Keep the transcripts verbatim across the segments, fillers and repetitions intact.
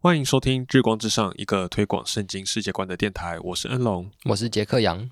欢迎收听日光之上，一个推广圣经世界观的电台。我是恩龙， 我是杰克杨。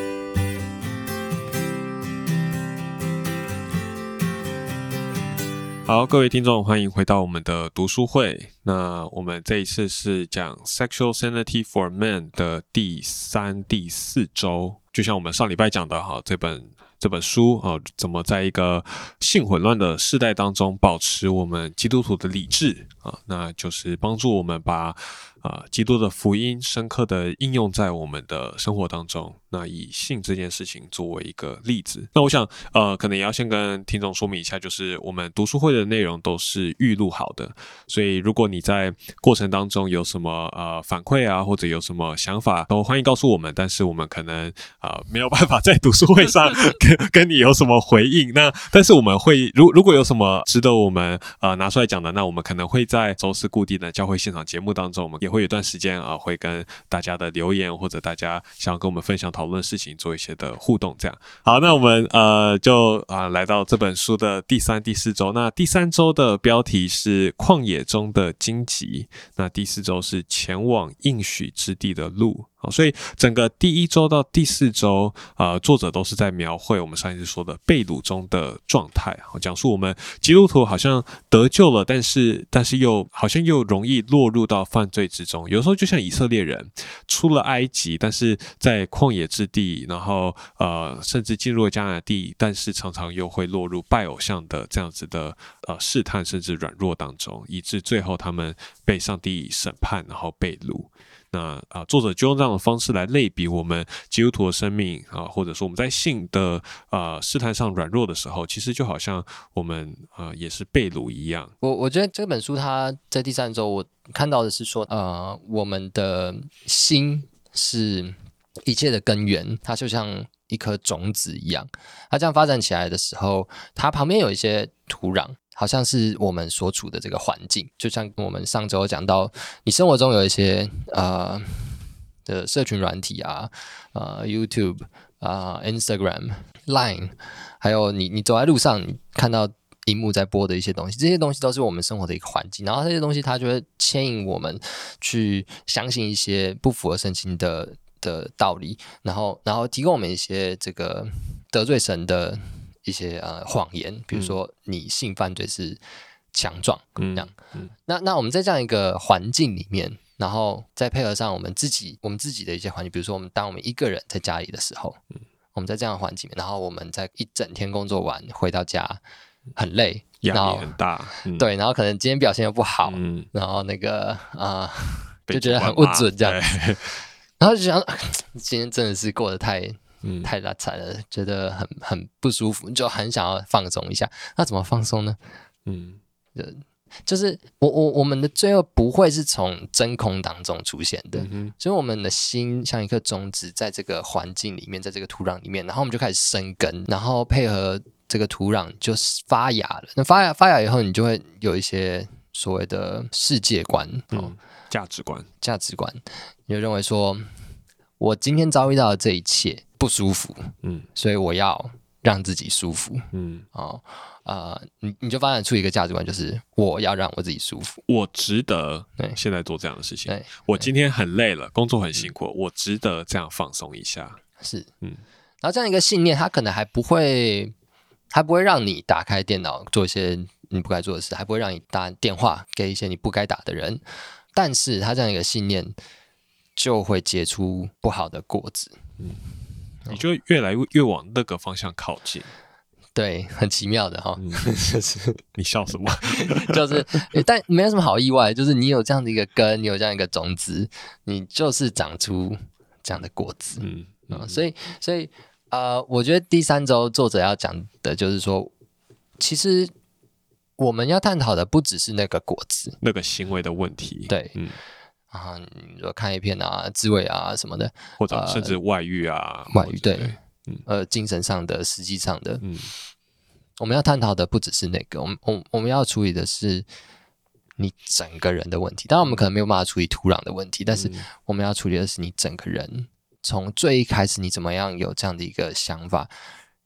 好，各位听众，欢迎回到我们的读书会。那我们这一次是讲 Sexual Sanity for Men 的第三、第四周。就像我们上礼拜讲的，哈，这本这本书啊，怎么在一个性混乱的世代当中保持我们基督徒的理智啊？那就是帮助我们把啊基督的福音深刻的应用在我们的生活当中。那以性这件事情作为一个例子，那我想呃，可能也要先跟听众说明一下，就是我们读书会的内容都是预录好的，所以如果你在过程当中有什么呃反馈啊，或者有什么想法，都欢迎告诉我们。但是我们可能呃没有办法在读书会上跟跟你有什么回应。那但是我们会如如果有什么值得我们呃拿出来讲的，那我们可能会在周四固定的教会现场节目当中，我们也会有一段时间啊、呃，会跟大家的留言或者大家想要跟我们分享讨论事情做一些的互动。这样好，那我们呃就啊、呃、来到这本书的第三、第四周。那第三周的标题是旷野中的荆棘，那第四周是前往应许之地的路。好，所以整个第一周到第四周，呃，作者都是在描绘我们上一次说的被掳中的状态，讲述我们基督徒好像得救了，但是但是又好像又容易落入到犯罪之中。有时候就像以色列人出了埃及，但是在旷野之地，然后呃，甚至进入了迦南地，但是常常又会落入拜偶像的这样子的呃试探，甚至软弱当中，以致最后他们被上帝审判，然后被掳。那啊、呃，作者就用这样的方式来类比我们基督徒的生命啊、呃，或者说我们在性的呃试探上软弱的时候，其实就好像我们呃也是被掳一样。 我我觉得这本书它在第三周我看到的是说，呃，我们的心是一切的根源，它就像一颗种子一样，它这样发展起来的时候，它旁边有一些土壤。好像是我们所处的这个环境，就像我们上周讲到，你生活中有一些呃的社群软体啊，呃 YouTube 啊、呃、Instagram、Line， 还有你你走在路上，你看到荧幕在播的一些东西，这些东西都是我们生活的一个环境，然后这些东西它就会牵引我们去相信一些不符合圣经的的道理，然后然后提供我们一些这个得罪神的。一些呃谎言，比如说你性犯罪是强壮、嗯、这样，嗯、那那我们在这样一个环境里面，然后再配合上我们自己我们自己的一些环境，比如说我们当我们一个人在家里的时候，嗯、我们在这样的环境里面，然后我们在一整天工作完回到家很累， 压力很大， 嗯、对，然后可能今天表现又不好，嗯、然后那个啊、呃、就觉得很不准这样，然后就想今天真的是过得太。嗯、太拉惨了，觉得很很不舒服，就很想要放松一下。那怎么放松呢？嗯，就是我我我们的罪恶不会是从真空当中出现的，嗯、所以我们的心像一颗种子，在这个环境里面，在这个土壤里面，然后我们就开始生根，然后配合这个土壤就发芽了。那发芽发芽以后，你就会有一些所谓的世界观、嗯哦、 价值观、 价值观，你就认为说，我今天遭遇到的这一切。不舒服，嗯，所以我要让自己舒服，嗯，哦，呃，你你就发展出一个价值观，就是我要让我自己舒服， 我值得现在做这样的事情，对，我今天很累了，工作很辛苦，嗯、我值得这样放松一下， 是，嗯，然后这样一个信念，它可能还不会，还不会让你打开电脑做一些你不该做的事，还不会让你打电话给一些你不该打的人，但是它这样一个信念就会结出不好的果子，嗯。 你就越来越往那个方向靠近， 对，很奇妙的哈。嗯、 就是你笑什么？ 就是，但没有什么好意外，就是你有这样的一个根，你有这样一个种子，你就是长出这样的果子。嗯，嗯所以，所以，呃，我觉得第三周作者要讲的就是说，其实我们要探讨的不只是那个果子， 那个行为的问题。 对，嗯。啊，你说看 A 片啊、自慰啊什么的， 或者甚至外遇啊， 呃、外遇对，嗯、呃，精神上的、实际上的，嗯，我们要探讨的不只是那个，我们我我们要处理的是你整个人的问题。当然，我们可能没有办法处理土壤的问题，但是我们要处理的是你整个人，从最一开始你怎么样有这样的一个想法，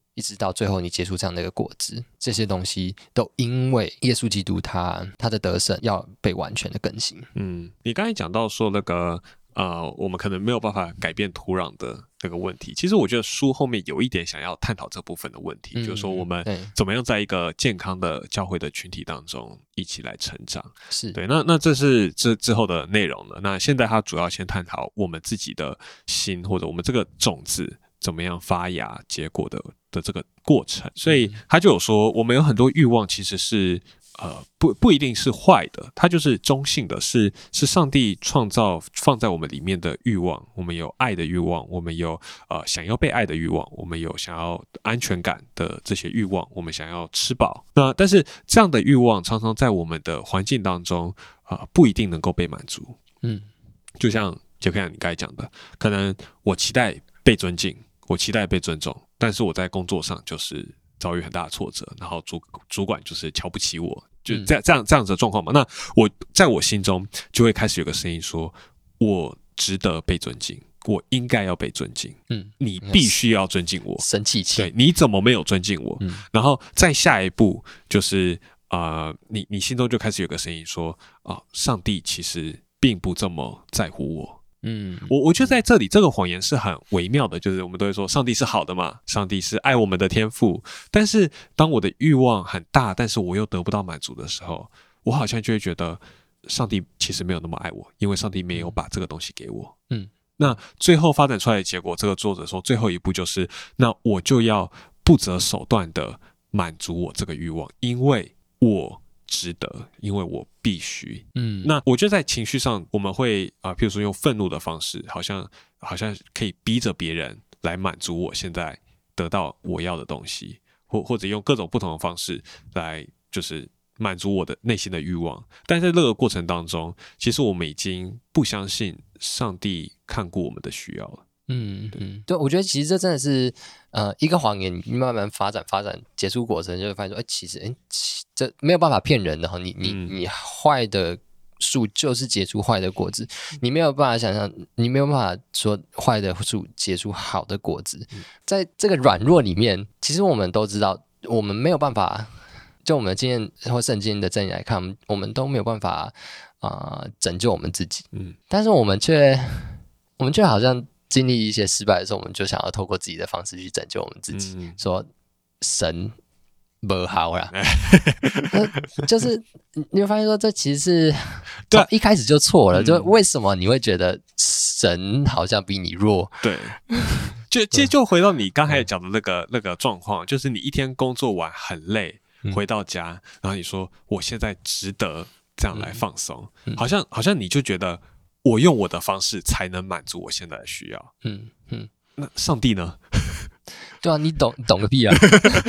一直到最后你结出这样的一个果子，这些东西都因为耶稣基督他他的得胜要被完全的更新。 嗯，你刚才讲到说那个呃，我们可能没有办法改变土壤的那个问题，其实我觉得书后面有一点想要探讨这部分的问题，嗯、就是说我们怎么样在一个健康的教会的群体当中一起来成长。 是对，那那这是这之后的内容了。那现在他主要先探讨我们自己的心，或者我们这个种子怎么样发芽结果的的这个过程。所以他就有说，我们有很多欲望其实是呃不不一定是坏的，它就是中性的，是是上帝创造放在我们里面的欲望。我们有爱的欲望，我们有呃想要被爱的欲望，我们有想要安全感的这些欲望，我们想要吃饱。那但是这样的欲望常常在我们的环境当中啊、呃、不一定能够被满足。嗯，就像杰克亚你刚才讲的，可能我期待被尊敬，我期待被尊重，但是我在工作上就是遭遇很大的挫折，然后主主管就是瞧不起我，就这样这样这样子的状况嘛。那我在我心中就会开始有个声音说，我值得被尊敬，我应该要被尊敬。嗯，你必须要尊敬我， 生气气。 对，你怎么没有尊敬我？嗯，然后再下一步就是呃，你你心中就开始有个声音说，啊、呃，上帝其实并不这么在乎我。嗯，我我觉得在这里这个谎言是很微妙的，就是我们都会说上帝是好的嘛，上帝是爱我们的天父，但是当我的欲望很大，但是我又得不到满足的时候，我好像就会觉得上帝其实没有那么爱我，因为上帝没有把这个东西给我。嗯，那最后发展出来的结果，这个作者说最后一步就是，那我就要不择手段的满足我这个欲望，因为我值得，因为我必须。嗯，那我觉得在情绪上，我们会啊、呃，譬如说用愤怒的方式，好像好像可以逼着别人来满足我现在得到我要的东西，或或者用各种不同的方式来就是满足我的内心的欲望。但在这个过程当中，其实我们已经不相信上帝看顾我们的需要了。 嗯嗯，对，我觉得其实这真的是呃一个谎言，你慢慢发展发展结束过程，就会发现说，哎，其实哎，这没有办法骗人的哈，你你你坏的树就是结出坏的果子，你没有办法想象，你没有办法说坏的树结出好的果子，在这个软弱里面，其实我们都知道，我们没有办法，就我们经验或圣经的真理来看，我们都没有办法啊、呃、拯救我们自己，嗯，但是我们却我们却好像经历一些失败的时候，我们就想要透过自己的方式去拯救我们自己，嗯、说神不好啦，就是你会发现说，这其实是从一开始就错了。嗯、就为什么你会觉得神好像比你弱？ 对，就其实就回到你刚才讲的那个那个状况，就是你一天工作完很累，回到家，然后你说我现在值得这样来放松，嗯、好像好像你就觉得。我用我的方式才能满足我现在的需要。嗯嗯，那上帝呢？ 对啊，你懂懂个屁啊！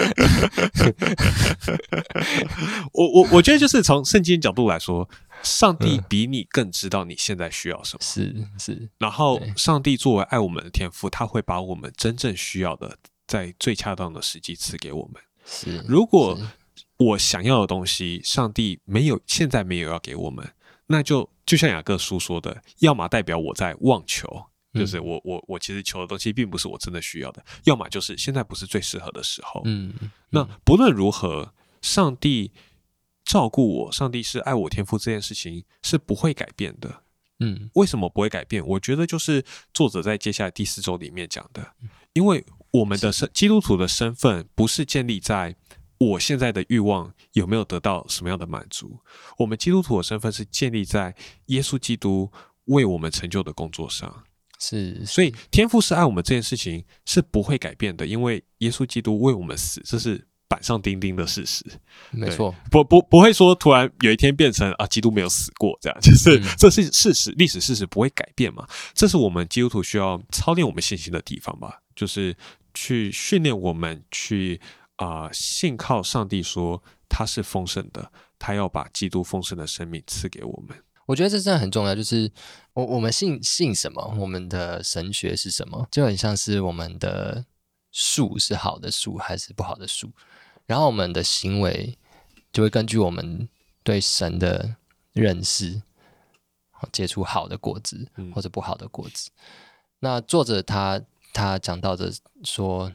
我我我觉得就是从圣经角度来说，上帝比你更知道你现在需要什么。 是是， 然后上帝作为爱我们的天父，他会把我们真正需要的，在最恰当的时机赐给我们。 是， 如果我想要的东西，上帝没有，现在没有要给我们。那就就像雅各书说的，要么代表我在妄求，就是我我我其实求的东西并不是我真的需要的，要么就是现在不是最适合的时候。嗯，那不论如何，上帝照顾我，上帝是爱我天父这件事情是不会改变的。嗯，为什么不会改变？我觉得就是作者在接下来第四周里面讲的，因为我们的基督徒的身份不是建立在我现在的欲望有没有得到什么样的满足？我们基督徒的身份是建立在耶稣基督为我们成就的工作上。 是， 所以天父是爱我们这件事情是不会改变的，因为耶稣基督为我们死，这是板上钉钉的事实。 没错， 不不不会说突然有一天变成啊，基督没有死过这样，就是、嗯、这是事实，历史事实不会改变嘛。这是我们基督徒需要操练我们信心的地方吧，就是去训练我们去。啊、呃，信靠上帝说他是丰盛的，他要把基督丰盛的生命赐给我们。 我觉得这真的很重要，就是我我们信信什么，我们的神学是什么，就很像是我们的树是好的树还是不好的树，然后我们的行为就会根据我们对神的认识，结出好的果子或者不好的果子。嗯、那作者他他讲到的说。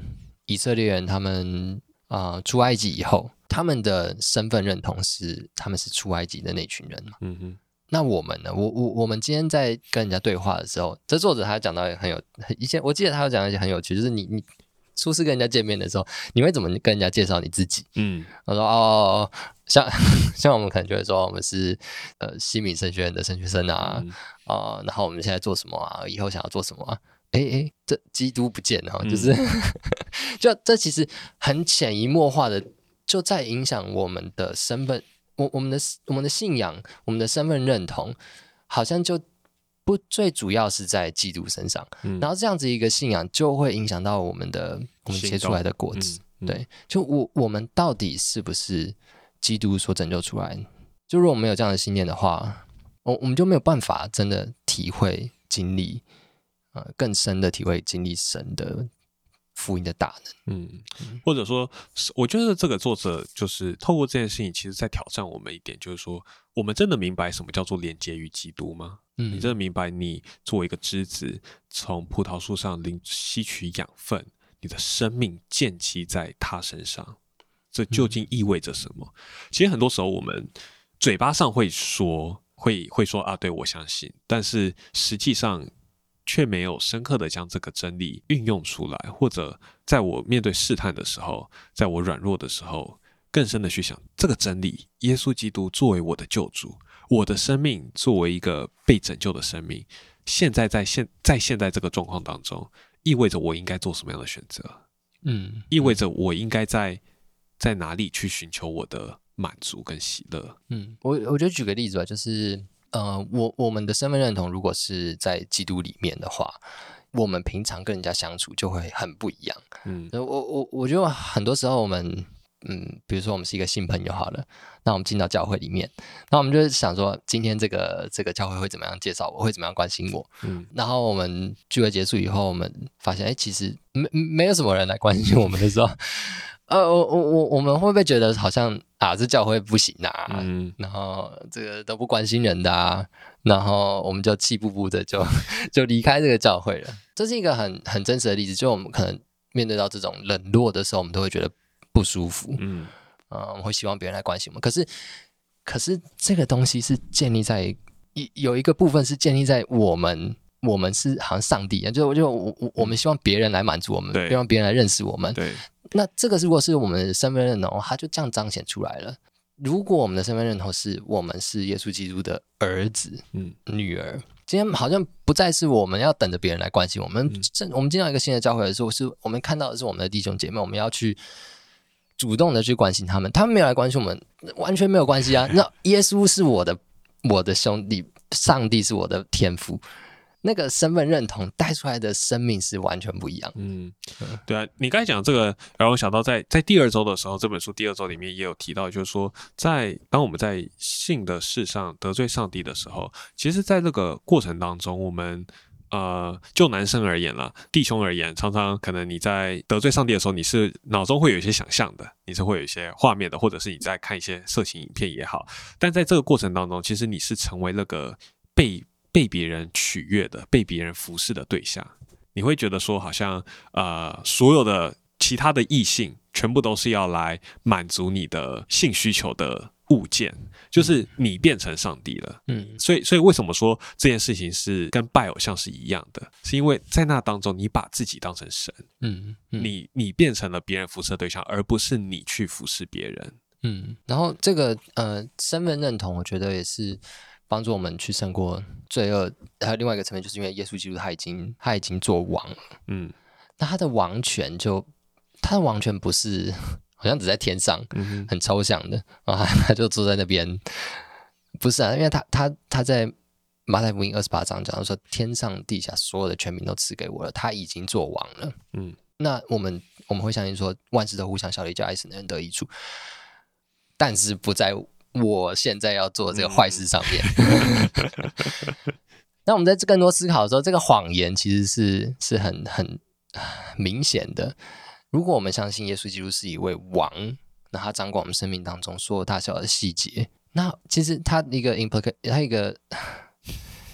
以色列人他们啊、呃、出埃及以后，他们的身份认同是他们是出埃及的那群人嘛。 嗯哼。 那我们呢？我我我们今天在跟人家对话的时候，这作者他讲到很有以前我记得他有讲一些很有趣，就是你你初次跟人家见面的时候，你会怎么跟人家介绍你自己？嗯，我说哦，像像我们可能就会说我们是呃西敏神学院的神学生啊，嗯呃，然后我们现在做什么啊？以后想要做什么啊？哎哎，这基督不见了，就是、嗯、就这其实很潜移默化的就在影响我们的身份。我我们的我们的信仰，我们的身份认同，好像就不最主要是在基督身上，嗯、然后这样子一个信仰就会影响到我们的我们结出来的果子。嗯嗯、对，就我我们到底是不是基督所拯救出来？就如果没有这样的信念的话，我我们就没有办法真的体会经历，呃，更深的体会经历神的福音的大能。 嗯，或者说我觉得这个作者就是透过这件事情其实在挑战我们一点，就是说我们真的明白什么叫做连接于基督吗？嗯，你真的明白你作为一个枝子从葡萄树上领吸取养分，你的生命建基在他身上，这究竟意味着什么？嗯、其实很多时候我们嘴巴上会说会会说啊，对，我相信，但是实际上却没有深刻的将这个真理运用出来，或者在我面对试探的时候，在我软弱的时候，更深的去想这个真理，耶稣基督作为我的救主，我的生命作为一个被拯救的生命，现在在现在现在这个状况当中，意味着我应该做什么样的选择？嗯，意味着我应该在在哪里去寻求我的满足跟喜乐？ 嗯，我我就举个例子吧，就是呃，我我们的身份认同如果是在基督里面的话，我们平常跟人家相处就会很不一样。嗯，我我我觉得很多时候我们，嗯，比如说我们是一个新朋友好了，那我们进到教会里面，那我们就想说，今天这个这个教会会怎么样介绍我，会怎么样关心我。嗯，然后我们聚会结束以后，我们发现，哎，其实没没有什么人来关心我们的时候。呃，我我我我们会不会觉得好像啊，这教会不行啊，嗯、然后这个都不关心人的啊，然后我们就气不不的就就离开这个教会了。这是一个很很真实的例子，就我们可能面对到这种冷落的时候，我们都会觉得不舒服，嗯，呃，我们会希望别人来关心我们。可是可是这个东西是建立在有一个部分是建立在我们我们是好像上帝，就就我我我们希望别人来满足我们，希望别人来认识我们， 对。 那这个如果是我们的身份认同，它就这样彰显出来了。如果我们的身份认同是我们是耶稣基督的儿子、嗯、女儿，今天好像不再是我们要等着别人来关心我们。嗯、我们进到一个新的教会的时候，是我们看到的是我们的弟兄姐妹，我们要去主动的去关心他们。他们没有来关心我们，完全没有关系啊。那耶稣是我的我的兄弟，上帝是我的天父。那个身份认同带出来的生命是完全不一样。嗯， 对啊，你刚才讲这个，让我想到在在第二周的时候，这本书第二周里面也有提到，就是说，在当我们在信的事上得罪上帝的时候，其实，在这个过程当中，我们呃，就男生而言啦，弟兄而言，常常可能你在得罪上帝的时候，你是脑中会有一些想象的，你是会有一些画面的，或者是你在看一些色情影片也好，但在这个过程当中，其实你是成为那个被。被别人取悦的、被别人服侍的对象，你会觉得说，好像呃，所有的其他的异性全部都是要来满足你的性需求的物件，就是你变成上帝了。嗯，所以，所以为什么说这件事情是跟拜偶像是一样的？是因为在那当中，你把自己当成神，嗯，嗯你你变成了别人服侍的对象，而不是你去服侍别人。 嗯，然后这个呃身份认同，我觉得也是。帮助我们去胜过罪恶，还有另外一个层面，就是因为耶稣基督他已经他已经做王了，嗯，那他的王权就他的王权不是好像只在天上，嗯、很抽象的啊，他就坐在那边，不是啊，因为他他他在马太福音二十八章讲说，天上地下所有的权柄都赐给我了，他已经做王了，嗯，那我们我们会相信说，万事都互相效力，叫爱神的人得益处，但是不在。我现在要做这个坏事上面，嗯、那我们在更多思考的时候，这个谎言其实是是很很明显的。如果我们相信耶稣基督是一位王，那他掌管我们生命当中所有大小的细节，那其实他一个 implication， 他一个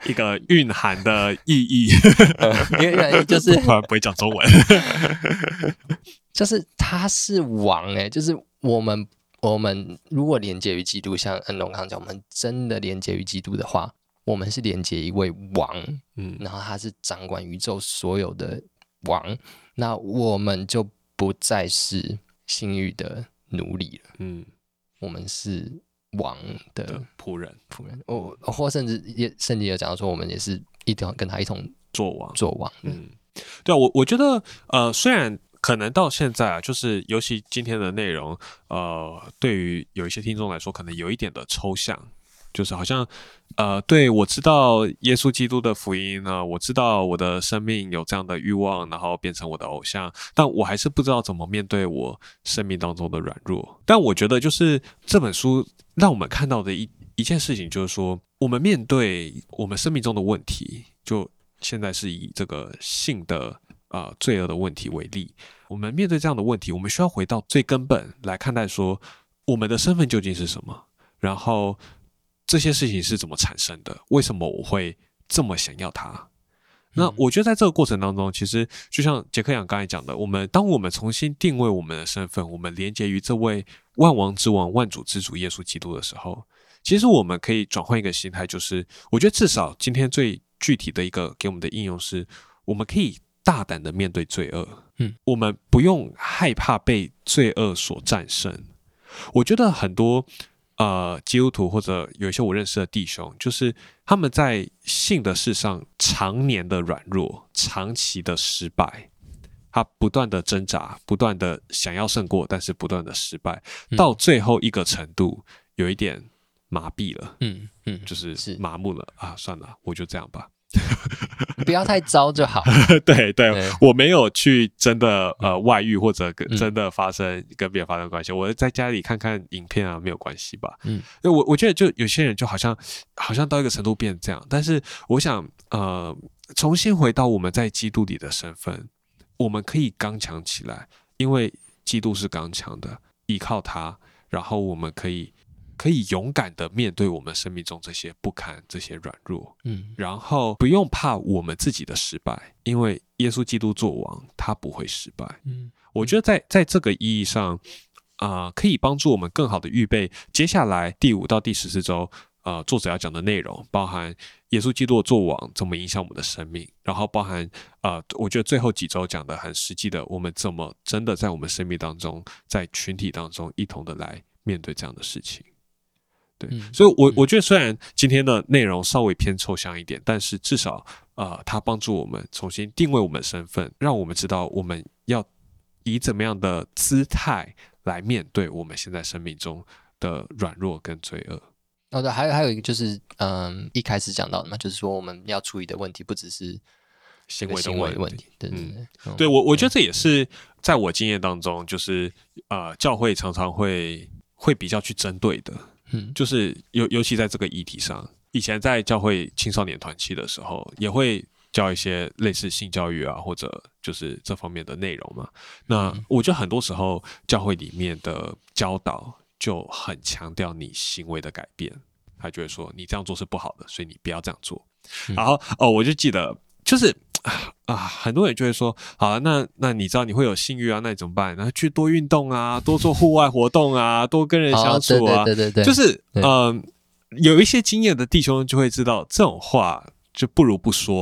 一个蕴含的意义， 因为就是突然不会讲中文， 就是他是王哎、欸，就是我们我们如果连接于基督，像恩龙刚讲，我们真的连接于基督的话，我们是连接一位王，嗯，然后他是掌管宇宙所有的王，那我们就不再是性欲的奴隶了，嗯，我们是王的仆人， 仆人，哦，或甚至也圣经有讲到说，我们也是一同跟他一同做王， 做王。 嗯，对啊，我我觉得，呃，虽然可能到现在啊，就是尤其今天的内容，呃，对于有一些听众来说，可能有一点的抽象。就是好像，呃，对，我知道耶稣基督的福音呢，我知道我的生命有这样的欲望，然后变成我的偶像，但我还是不知道怎么面对我生命当中的软弱。但我觉得，就是这本书让我们看到的一一件事情，就是说，我们面对我们生命中的问题，就现在是以这个性的呃罪恶的问题为例，我们面对这样的问题，我们需要回到最根本来看待说，我们的身份究竟是什么，然后这些事情是怎么产生的？为什么我会这么想要它？那我觉得在这个过程当中，其实就像杰克杨刚才讲的，我们当我们重新定位我们的身份，我们连接于这位万王之王、万主之主耶稣基督的时候，其实我们可以转换一个心态，就是我觉得至少今天最具体的一个给我们的应用是，我们可以大胆的面对罪恶，嗯，我们不用害怕被罪恶所战胜。我觉得很多。呃，基督徒或者有一些我认识的弟兄，就是他们在性的事上常年的软弱，长期的失败，他不断的挣扎，不断的想要胜过，但是不断的失败，嗯、到最后一个程度，有一点麻痹了，嗯嗯，就是麻木了啊，算了，我就这样吧。 不要太糟就好。 对 对, 对，我没有去真的呃外遇或者真的发生、嗯、跟别人发生关系，我在家里看看影片啊，没有关系吧？嗯，我我觉得就有些人就好像好像到一个程度变这样，但是我想呃重新回到我们在基督里的身份，我们可以刚强起来，因为基督是刚强的，依靠他，然后我们可以。可以勇敢的面对我们生命中这些不堪、这些软弱，嗯，然后不用怕我们自己的失败，因为耶稣基督作王，他不会失败。嗯，我觉得在在这个意义上，啊、呃，可以帮助我们更好的预备接下来第五到第十四周，呃，作者要讲的内容，包含耶稣基督的作王怎么影响我们的生命，然后包含呃，我觉得最后几周讲的很实际的，我们怎么真的在我们生命当中，在群体当中一同的来面对这样的事情。对，嗯、所以我，我我觉得虽然今天的内容稍微偏抽象一点，但是至少，呃，它帮助我们重新定位我们的身份，让我们知道我们要以怎么样的姿态来面对我们现在生命中的软弱跟罪恶。 哦，对，还有还有一个就是，嗯，一开始讲到的嘛，就是说我们要处理的问题不只是行为的问题，对对对， 嗯、对我我觉得这也是在我经验当中，就是呃，教会常常会会比较去针对的。嗯，就是尤尤其在这个议题上，以前在教会青少年团契的时候，也会教一些类似性教育啊，或者就是这方面的内容嘛。那我觉得很多时候教会里面的教导就很强调你行为的改变，他就会说你这样做是不好的，所以你不要这样做。嗯、然后哦，我就记得就是。啊，很多人就会说，好、啊，那那你知道你会有性欲啊，那你怎么办？然后去多运动啊，多做户外活动啊，多跟人相处啊， 哦、对, 对对对， 就是嗯、呃，有一些经验的弟兄就会知道，这种话就不如不说，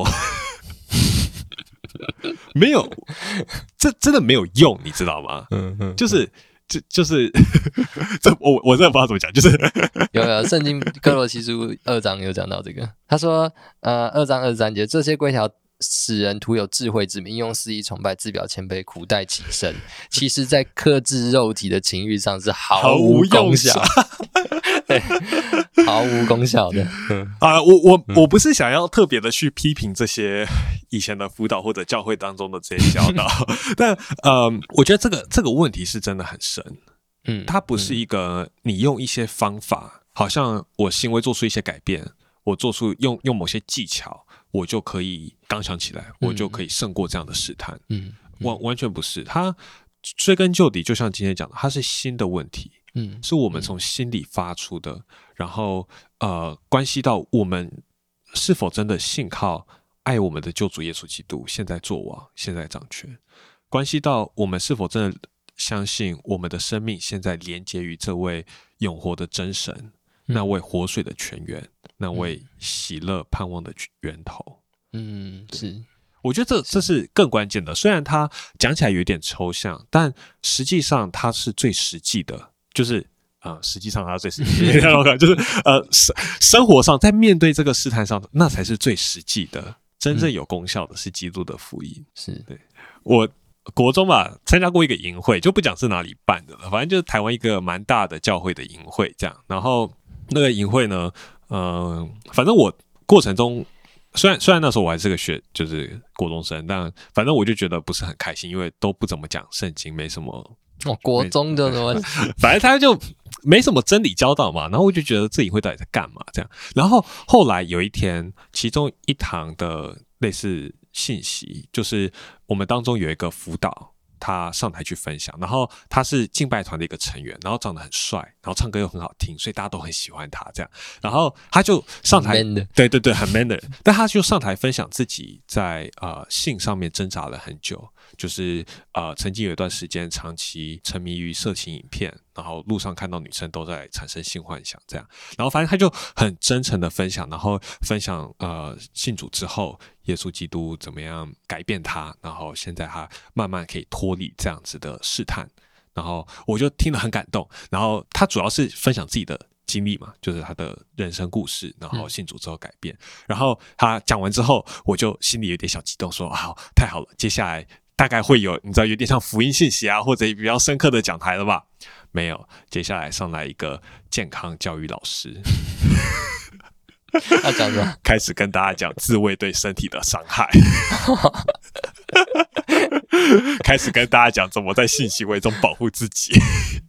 没有，这真的没有用，你知道吗？嗯嗯，就是就就是这我我真的不知道怎么讲，就是有有圣经哥罗西书二章有讲到这个，他说呃二章二十三节这些规条。使人徒有智慧之名，用肆意崇拜，自表谦卑，苦待己身。其实，在克制肉体的情欲上是毫无功效，对，毫无功效的。 啊、呃，我我我不是想要特别的去批评这些以前的辅导或者教会当中的这些教导，但呃，我觉得这个这个问题是真的很深。嗯，它不是一个你用一些方法，好像我行为做出一些改变，我做出用用某些技巧。我就可以刚强起来，我就可以胜过这样的试探。嗯，完完全不是，它追根究底，就像今天讲的，它是心的问题。嗯，是我们从心里发出的，然后呃，关系到我们是否真的信靠爱我们的救主耶稣基督，现在作王，现在掌权，关系到我们是否真的相信我们的生命现在连接于这位永活的真神，嗯、那位活水的泉源，那位喜乐盼望的源头。 嗯，是。 我觉得这这是更关键的，虽然它讲起来有点抽象，但实际上它是最实际的，就是啊、呃，实际上它最实际的，就是呃，生活上在面对这个试探上，那才是最实际的，真正有功效的是基督的福音。 是对我国中吧参加过一个营会，就不讲是哪里办的了，反正就是台湾一个蛮大的教会的营会这样。然后那个营会呢，嗯、呃，反正我过程中。虽然虽然那时候我还是个学就是国中生，但反正我就觉得不是很开心，因为都不怎么讲圣经，没什么哦，国中的什么， 反正他就没什么真理教导嘛。然后我就觉得这营会到底在干嘛这样。然后后来有一天，其中一堂的类似信息，就是我们当中有一个辅导。他上台去分享，然后他是敬拜团的一个成员，然后长得很帅，然后唱歌又很好听，所以大家都很喜欢他这样。然后他就上台，对对对，很 man 的人，但他就上台分享自己在呃性上面挣扎了很久，就是呃曾经有一段时间长期沉迷于色情影片，然后路上看到女生都在产生性幻想这样。然后反正他就很真诚的分享，然后分享呃信主之后。耶稣基督怎么样改变他，然后现在他慢慢可以脱离这样子的试探，然后我就听了很感动。然后他主要是分享自己的经历嘛，就是他的人生故事，然后信主之后改变。嗯、然后他讲完之后，我就心里有点小激动，说：“好，太好了，接下来大概会有你知道有点像福音信息啊，或者比较深刻的讲台了吧？”没有，接下来上来一个健康教育老师。 他讲什么？ 开始跟大家讲自慰对身体的伤害，开始跟大家讲怎么在性行为中保护自己。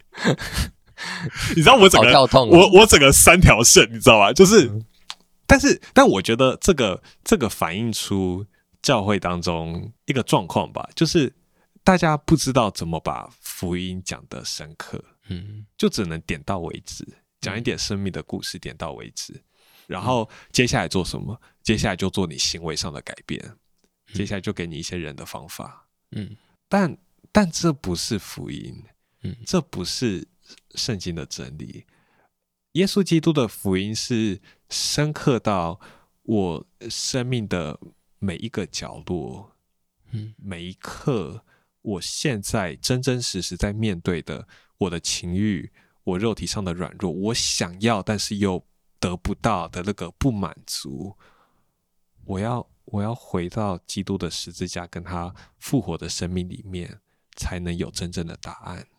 你知道我整个， 好跳痛哦、 我我整个三条线，你知道吗？就是，嗯、但是但我觉得这个这个反映出教会当中一个状况吧，就是大家不知道怎么把福音讲得深刻，嗯，就只能点到为止，讲一点生命的故事，点到为止。然后接下来做什么？接下来就做你行为上的改变，接下来就给你一些人的方法。嗯，但但这不是福音，嗯，这不是圣经的真理。耶稣基督的福音是深刻到我生命的每一个角落，嗯，每一刻，我现在真真实实在面对的我的情欲，我肉体上的软弱，我想要但是又得不到的那个不满足，我要我要回到基督的十字架跟他复活的生命里面，才能有真正的答案。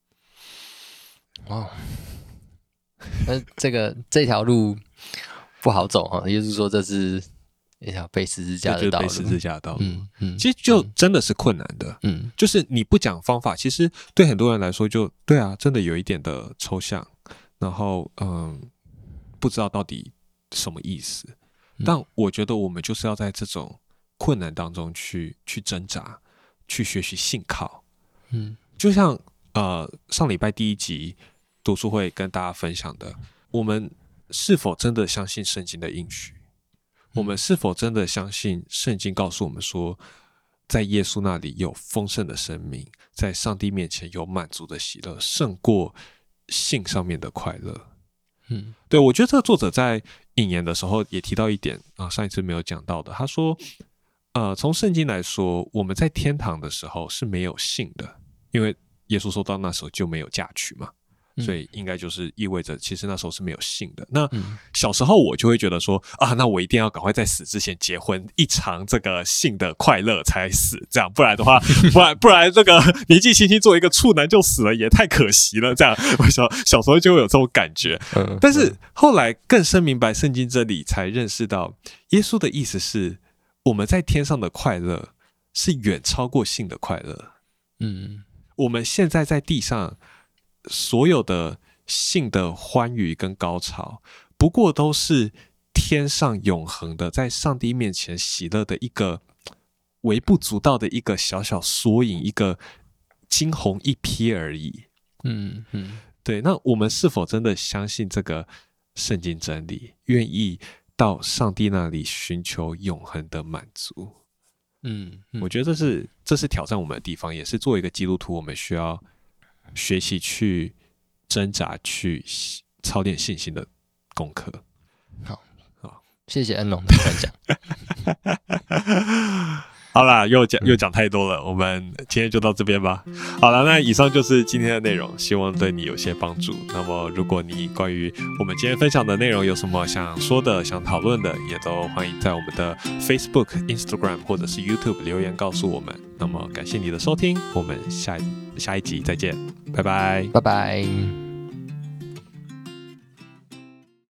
哇，那这个这条路不好走啊！耶稣说这是一条背十字架的道路， 背十字架的道路。嗯嗯， 其实就真的是困难的。嗯，就是你不讲方法，其实对很多人来说就对啊，真的有一点的抽象。然后嗯。不知道到底什么意思，但我觉得我们就是要在这种困难当中去去挣扎，去学习信靠。嗯，就像呃上礼拜第一集读书会跟大家分享的，我们是否真的相信圣经的应许？我们是否真的相信圣经告诉我们说，在耶稣那里有丰盛的生命，在上帝面前有满足的喜乐，胜过性上面的快乐？嗯，对，我觉得这个作者在引言的时候也提到一点啊，上一次没有讲到的。他说，呃，从圣经来说，我们在天堂的时候是没有性的，因为耶稣说到那时候就没有嫁娶嘛，所以应该就是意味着其实那时候是没有性的。那小时候我就会觉得说啊，那我一定要赶快在死之前结婚，一尝这个性的快乐才死，这样不然的话，不然不然这个年纪轻轻做一个处男就死了，也太可惜了。这样，我小小时候就会有这种感觉。但是后来更深明白圣经真理，才认识到耶稣的意思是我们在天上的快乐是远超过性的快乐。嗯，我们现在在地上所有的性的欢愉跟高潮，不过都是天上永恒的，在上帝面前喜乐的一个微不足道的一个小小缩影，一个惊鸿一瞥而已。嗯嗯，对。那我们是否真的相信这个圣经真理，愿意到上帝那里寻求永恒的满足。 嗯，嗯我觉得这是这是挑战我们的地方，也是作为一个基督徒，我们需要学习去挣扎、去操练信心的功课。 好，好，谢谢恩龙的分享。 好啦，又讲又讲太多了，我们今天就到这边吧。好了，那以上就是今天的内容，希望对你有些帮助。那么，如果你关于我们今天分享的内容有什么想说的、想讨论的，也都欢迎在我们的 Facebook、Instagram 或者是 YouTube 留言告诉我们。那么，感谢你的收听，我们下下一集再见，拜拜， 拜拜。